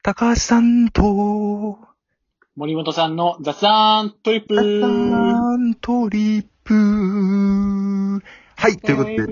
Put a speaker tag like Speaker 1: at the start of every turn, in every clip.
Speaker 1: 高橋さんと、
Speaker 2: 森本さんの雑談トリップ
Speaker 1: 雑談トリップ。はい、ということで。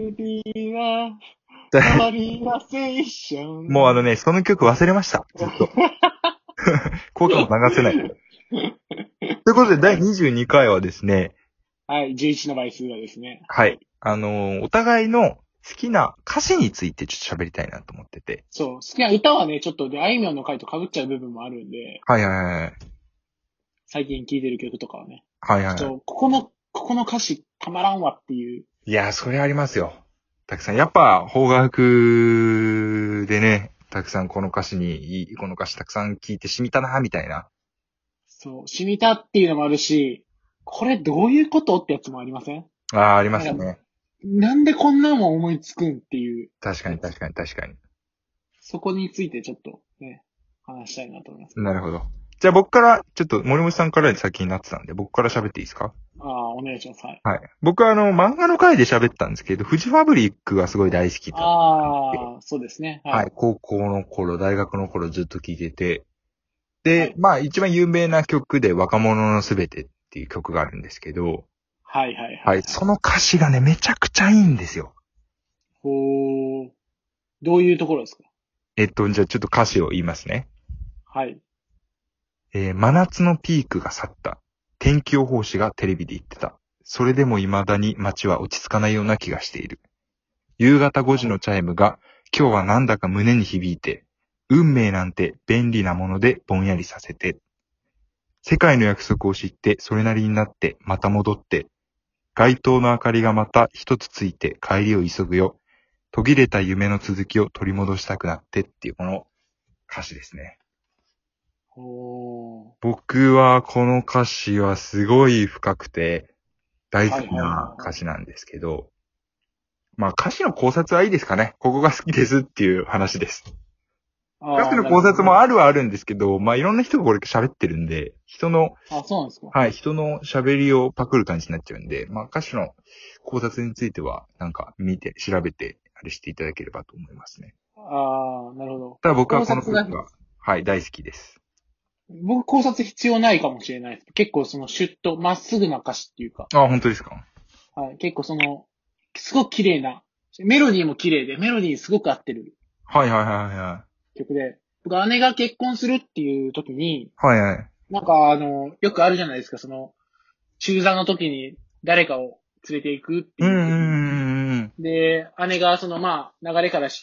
Speaker 1: もうその曲忘れました。ずっと。こういうのも流せない。ということで、第22回はですね。
Speaker 2: はい、11の倍数がですね。
Speaker 1: はい。お互いの好きな歌詞についてちょっと喋りたいなと思ってて。
Speaker 2: そう、好きな歌はね、ちょっとあいみょんの回と被っちゃう部分もあるんで。
Speaker 1: はいはいはい。
Speaker 2: 最近聴いてる曲とかはね。
Speaker 1: はいはい。
Speaker 2: ここの歌詞たまらんわっていう。
Speaker 1: いや、それありますよ。たくさん。やっぱ、邦楽でね、たくさんこの歌詞たくさん聞いて染みたな、みたいな。
Speaker 2: そう、染みたっていうのもあるし、これどういうことってやつもありません？
Speaker 1: ああ、ありますね。
Speaker 2: なんでこんなもん思いつくんっていう。
Speaker 1: 確かに確かに確かに。
Speaker 2: そこについてちょっとね、話したいなと思います。
Speaker 1: なるほど。じゃあ僕から、ちょっと森本さんから先になってたんで、僕から喋っていいですか？
Speaker 2: ああ、お願いします。はい。
Speaker 1: はい。僕は漫画の回で喋ったんですけど、フジファブリックがすごい大好きだった。
Speaker 2: ああ、そうですね。
Speaker 1: はい。高校の頃、大学の頃ずっと聴いてて。で、まあ一番有名な曲で若者のすべてっていう曲があるんですけど、
Speaker 2: はいはいはい。
Speaker 1: はい。その歌詞がね、めちゃくちゃいいんですよ。
Speaker 2: ほー。どういうところですか？
Speaker 1: じゃあちょっと歌詞を言いますね。
Speaker 2: はい。
Speaker 1: 真夏のピークが去った。天気予報士がテレビで言ってた。それでも未だに街は落ち着かないような気がしている。夕方5時のチャイムが今日はなんだか胸に響いて、運命なんて便利なものでぼんやりさせて。世界の約束を知ってそれなりになってまた戻って、街灯の明かりがまた一つついて帰りを急ぐよ。途切れた夢の続きを取り戻したくなってっていうこの歌詞ですね。
Speaker 2: ほー。
Speaker 1: 僕はこの歌詞はすごい深くて大好きな歌詞なんですけど、まあ歌詞の考察はいいですかね。ここが好きですっていう話です。歌詞の考察もあるんですけど、まあいろんな人がこれ喋ってるんで、
Speaker 2: そうなんですか？
Speaker 1: はい、人の喋りをパクる感じになっちゃうんで、まあ歌詞の考察についてはなんか見て、調べて、あれしていただければと思いますね。
Speaker 2: ああ、なるほど。
Speaker 1: ただ僕はこの曲が、はい、大好きです。
Speaker 2: 僕考察必要ないかもしれないです。結構シュッとまっすぐな歌詞っていうか。
Speaker 1: あ、本当ですか？
Speaker 2: はい。結構すごく綺麗な、メロディーも綺麗で、メロディーすごく合ってる。
Speaker 1: はいはいはいはい。
Speaker 2: 曲で。僕姉が結婚するっていう時に、
Speaker 1: はいはい。
Speaker 2: なんかよくあるじゃないですか、中3の時に誰かを連れて行くっていう時に。で、姉がまあ、流れからして、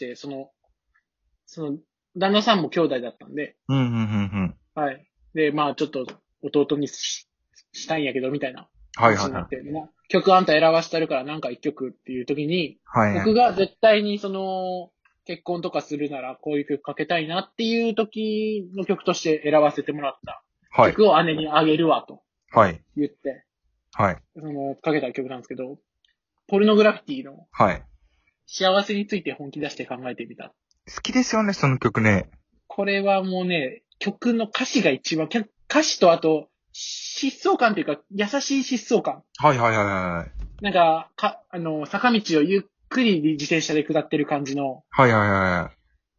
Speaker 2: 旦那さんも兄弟だったんで。はい。で、まあ、ちょっと弟にしたいんやけど、みたいな話になって、曲あんた選ばせたるからなんか一曲っていう時に、僕が絶対に結婚とかするならこういう曲かけたいなっていう時の曲として選ばせてもらった曲を姉にあげるわと言って、かけた曲なんですけど、ポルノグラフィティの幸せについて本気出して考えてみた。
Speaker 1: 好きですよね、その曲ね。
Speaker 2: これはもうね、曲の歌詞が一番、歌詞とあと、疾走感というか、優しい疾走感。
Speaker 1: はいはいはいはい。
Speaker 2: なんか、坂道をゆっくり自転車で下ってる感じの。
Speaker 1: はいはいはい。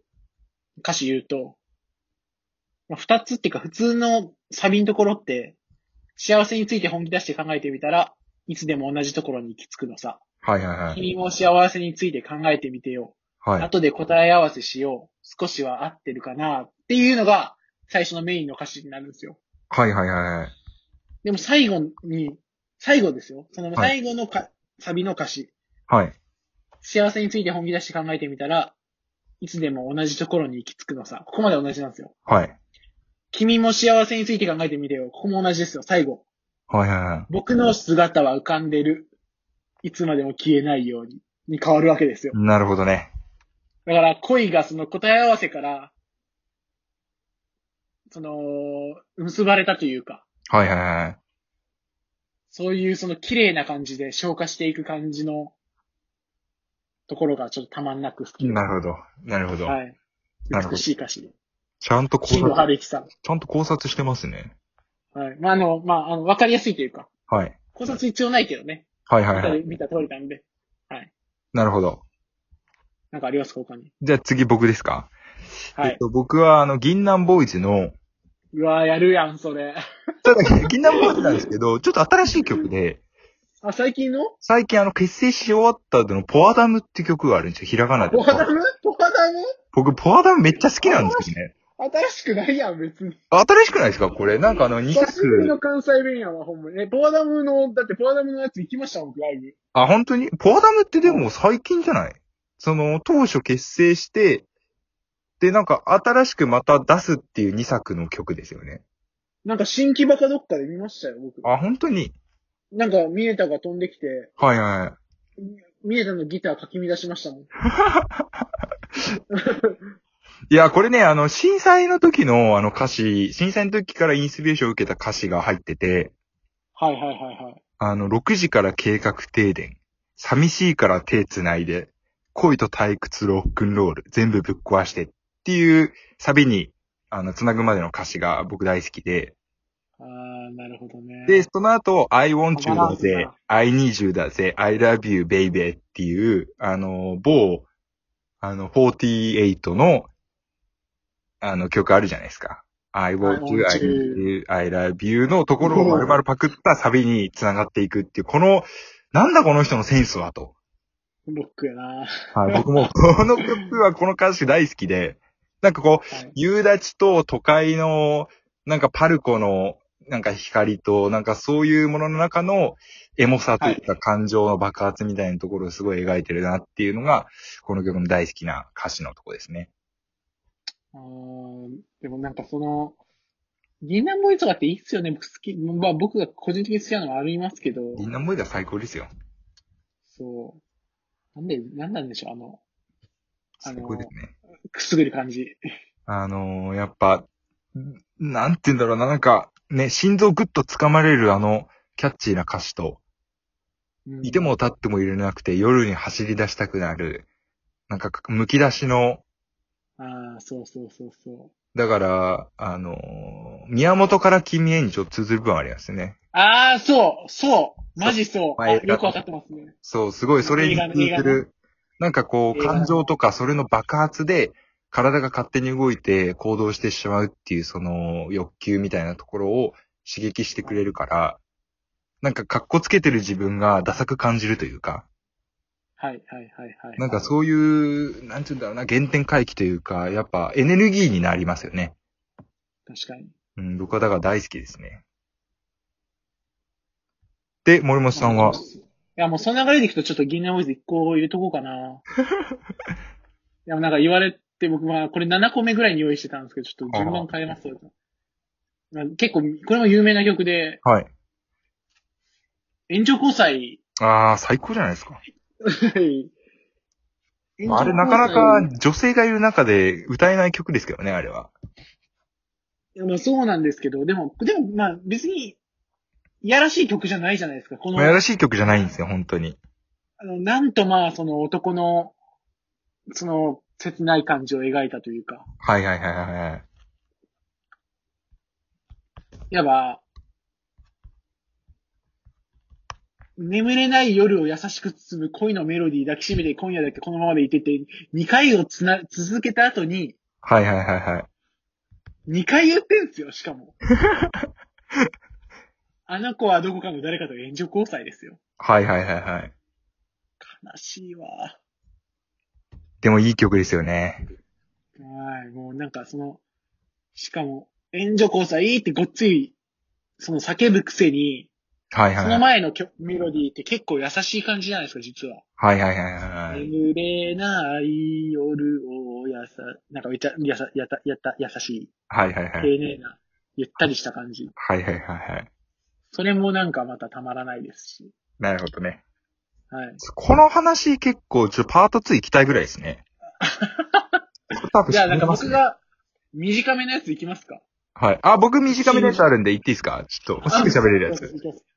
Speaker 2: 歌詞言うと、二つっていうか普通のサビのところって、幸せについて本気出して考えてみたら、いつでも同じところに行き着くのさ。
Speaker 1: はいはいはい。
Speaker 2: 君も幸せについて考えてみてよ。はい。後で答え合わせしよう。少しは合ってるかなっていうのが最初のメインの歌詞になるんですよ。
Speaker 1: はいはいはい。
Speaker 2: でも最後ですよ。最後のサビの歌詞。
Speaker 1: はい。
Speaker 2: 幸せについて本気出して考えてみたら、いつでも同じところに行き着くのさ。ここまで同じなんですよ。
Speaker 1: はい。
Speaker 2: 君も幸せについて考えてみてよ。ここも同じですよ。最後。
Speaker 1: はいはいはい。
Speaker 2: 僕の姿は浮かんでる。いつまでも消えないように変わるわけですよ。
Speaker 1: なるほどね。
Speaker 2: だから恋が答え合わせから、結ばれたというか。
Speaker 1: はいはいはい。
Speaker 2: そういう綺麗な感じで消化していく感じのところがちょっとたまんなく好きです。
Speaker 1: なるほど。なるほど。
Speaker 2: はい。美しい歌詞で。
Speaker 1: ちゃんと考察。
Speaker 2: 春樹さん。
Speaker 1: ちゃんと考察してますね。
Speaker 2: はい。まあ、わかりやすいというか。
Speaker 1: はい。
Speaker 2: 考察必要ないけどね。
Speaker 1: はいはいはい。
Speaker 2: 見た通りなんで。はい。
Speaker 1: なるほど。
Speaker 2: なんかありますか他に。
Speaker 1: じゃあ次僕ですか？
Speaker 2: はい。
Speaker 1: 僕は銀杏ボーイズの、
Speaker 2: うわー、やるやん、それ。
Speaker 1: ただ、銀杏ボーイズなんですけど、ちょっと新しい曲で、
Speaker 2: あ、最近の
Speaker 1: 最近結成し終わった後のポアダムって曲があるんですよ。ひらがなで。
Speaker 2: ポアダムポアダム
Speaker 1: 僕、ポアダムめっちゃ好きなんですよね。
Speaker 2: 新しくないやん、別に。
Speaker 1: 新しくないですかこれ。なんか2
Speaker 2: 久しぶりの関西弁やわ、ほんまに。ポアダムの、だってポアダムのやつ行きましたもん、ライブ。
Speaker 1: あ、本当にポアダムってでも最近じゃない当初結成して、で、なんか新しくまた出すっていう2作の曲ですよね。
Speaker 2: なんか新木場かどっかで見ましたよ、僕。
Speaker 1: あ、本当に
Speaker 2: なんか、ミネタが飛んできて、
Speaker 1: はいはい。
Speaker 2: ミネタのギターかき乱しましたもん。
Speaker 1: いや、これね、震災の時の歌詞、震災の時からインスピレーションを受けた歌詞が入ってて、
Speaker 2: はいはいはいはい。
Speaker 1: 6時から計画停電。寂しいから手繋いで。恋と退屈ロックンロール。全部ぶっ壊して。っていうサビに、繋ぐまでの歌詞が僕大好きで。
Speaker 2: あー、なるほどね。
Speaker 1: で、その後、I want you だぜ。I need you だぜ。I love you baby っていう、某、48の、曲あるじゃないですか。I want you, I need you, I love you のところを丸々パクったサビに繋がっていくっていう、なんだこの人のセンスはと。
Speaker 2: ロックやな。
Speaker 1: はい、僕もこの曲はこの歌詞大好きで、なんかこう、はい、夕立と都会の、なんかパルコの、なんか光と、なんかそういうものの中のエモさというか感情の爆発みたいなところをすごい描いてるなっていうのが、この曲の大好きな歌詞のところですね。
Speaker 2: でもなんか銀杏ボーイズとかっていいっすよね。僕好き。まあ僕が個人的に好きなのはありますけど。
Speaker 1: 銀杏ボーイズは最高ですよ。
Speaker 2: そう。なんなんでしょう、
Speaker 1: 最高ですね。
Speaker 2: くすぐる感じ。
Speaker 1: やっぱ、なんて言うんだろうな、なんか、ね、心臓ぐっと掴まれるキャッチーな歌詞と、いても立ってもいれなくて夜に走り出したくなる、なんか、剥き出しの、
Speaker 2: そうそうそうそう。
Speaker 1: だから、宮本から君へにちょっと通ずる部分ありますね。
Speaker 2: そうマジそう。よくわかってますね。
Speaker 1: そう、すごいそれに通ずる、なんかこう、感情とかそれの爆発で、体が勝手に動いて行動してしまうっていうその欲求みたいなところを刺激してくれるから、なんか格好つけてる自分がダサく感じるというか。
Speaker 2: はい。
Speaker 1: なんかそういう、なんていうんだろうな、原点回帰というか、やっぱエネルギーになりますよね。
Speaker 2: 確かに。
Speaker 1: うん、僕はだから大好きですね。で、森本さんは？
Speaker 2: いや、もうその流れでいくとちょっと銀杏ボーイズ1個入れとこうかな。いや、なんか言われて僕はこれ7個目ぐらいに用意してたんですけど、ちょっと順番変えますよ。結構、これも有名な曲で、
Speaker 1: はい。
Speaker 2: 援助交際。
Speaker 1: 最高じゃないですか。あれなかなか女性がいる中で歌えない曲ですけどね、あれは。
Speaker 2: いや、まあそうなんですけど、でもまあ別に、いやらしい曲じゃないじゃないですか、
Speaker 1: いやらしい曲じゃないんですよ、本当に。
Speaker 2: なんとまあ、その男の、切ない感じを描いたというか。
Speaker 1: はい。
Speaker 2: いわば、眠れない夜を優しく包む恋のメロディー抱きしめて今夜だけこのままでいてて、2回を続けた後に、
Speaker 1: はい。
Speaker 2: 2回言ってんすよ、しかも。あの子はどこかの誰かと援助交際ですよ。
Speaker 1: はい。
Speaker 2: 悲しいわ。
Speaker 1: でもいい曲ですよね。
Speaker 2: はい、もうなんかしかも、援助交際ってごっつい、叫ぶくせに、
Speaker 1: はい。
Speaker 2: その前のメロディーって結構優しい感じじゃないですか、実は。
Speaker 1: はい。
Speaker 2: 眠れない夜をなんかめっちゃ優しい。
Speaker 1: はい。
Speaker 2: 丁寧な、ゆったりした感じ。
Speaker 1: はい。
Speaker 2: それもなんかまたたまらないですし。
Speaker 1: なるほどね。
Speaker 2: はい。
Speaker 1: この話結構、パート2行きたいぐらいですね。
Speaker 2: じゃあなんか僕が短めのやついきますか？
Speaker 1: はい。僕短めのやつあるんで言っていいですか？ちょっと、すぐ喋れるやつ。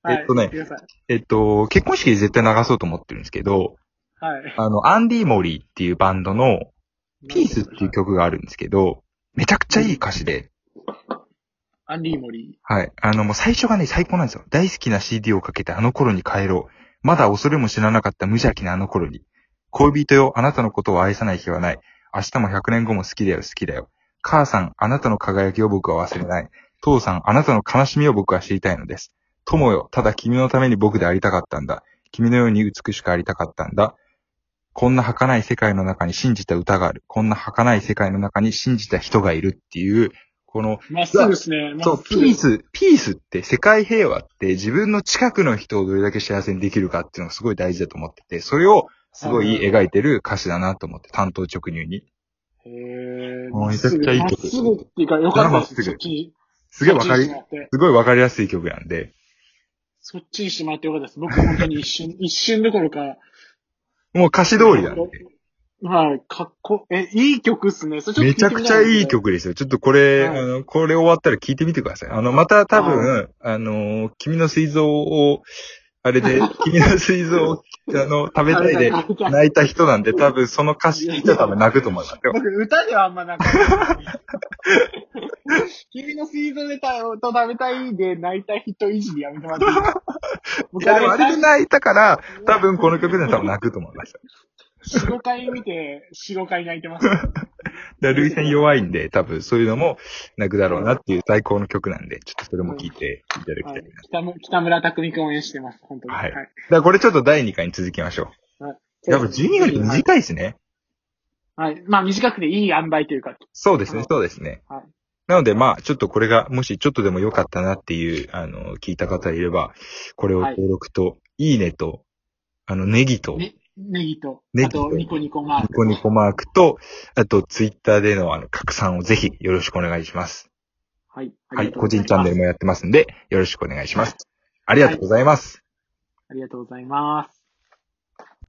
Speaker 1: 結婚式で絶対流そうと思ってるんですけど、
Speaker 2: はい。
Speaker 1: アンディ・モリーっていうバンドの、ピースっていう曲があるんですけど、めちゃくちゃいい歌詞で。
Speaker 2: アンディ・モリ
Speaker 1: ー。はい。もう最初がね、最高なんですよ。大好きな CD をかけてあの頃に帰ろう。まだ恐れも知らなかった無邪気なあの頃に。恋人よ、あなたのことを愛さない日はない。 明日も100年後も好きだよ、好きだよ。母さん、あなたの輝きを僕は忘れない。父さん、あなたの悲しみを僕は知りたいのです。友よ、ただ君のために僕でありたかったんだ。君のように美しくありたかったんだ。こんな儚い世界の中に信じた歌がある。こんな儚い世界の中に信じた人がいるっていう、この、
Speaker 2: まっすぐですね。
Speaker 1: そう、ピースって世界平和って自分の近くの人をどれだけ幸せにできるかっていうのがすごい大事だと思ってて、それをすごい描いてる歌詞だなと思って、単刀直入に。めちゃくちゃいい曲。
Speaker 2: まっすぐっていうか、よかったです。
Speaker 1: すごいわかりやすい曲なんで。
Speaker 2: そっちにしてもらってよかったです。僕本当に一瞬どころか。
Speaker 1: もう歌詞通りなんで。
Speaker 2: はい、いい曲っすね。
Speaker 1: めちゃくちゃいい曲ですよ。ちょっとこれ、はい、これ終わったら聴いてみてください。また多分、君の膵臓を、あれで、君の膵臓を、食べたいで泣いた人なんで、多分その歌詞聞いたら多分泣くと思いますよ。
Speaker 2: 僕、歌ではあんま泣かない。君の膵臓で食べたいで泣いた人いじりやめてもらっていいですか？
Speaker 1: 僕あれで泣いたから、多分この曲で多分泣くと思いました。
Speaker 2: 4、5回見て、4、5回泣いてます。
Speaker 1: 涙腺弱いんで、多分そういうのも泣くだろうなっていう最高の曲なんで、ちょっとそれも聞いていただきたい
Speaker 2: な。北村匠海くん応援してます、本当に。
Speaker 1: はい。だからこれちょっと第2回に続きましょう。はい。やっぱ12分って短いですね。
Speaker 2: はい。まあ短くていい塩梅というか。
Speaker 1: そうですね、そうですね。はい。なのでまあ、ちょっとこれが、もしちょっとでも良かったなっていう、聞いた方いれば、これを登録と、いいねと、ネギと、
Speaker 2: ネギと、あとニコニコマーク。
Speaker 1: ニコニコマークと、あとツイッターでの拡散をぜひよろしくお願いします。
Speaker 2: はい。
Speaker 1: はい。個人チャンネルもやってますんで、よろしくお願いします。ありがとうございます。
Speaker 2: ありがとうございます。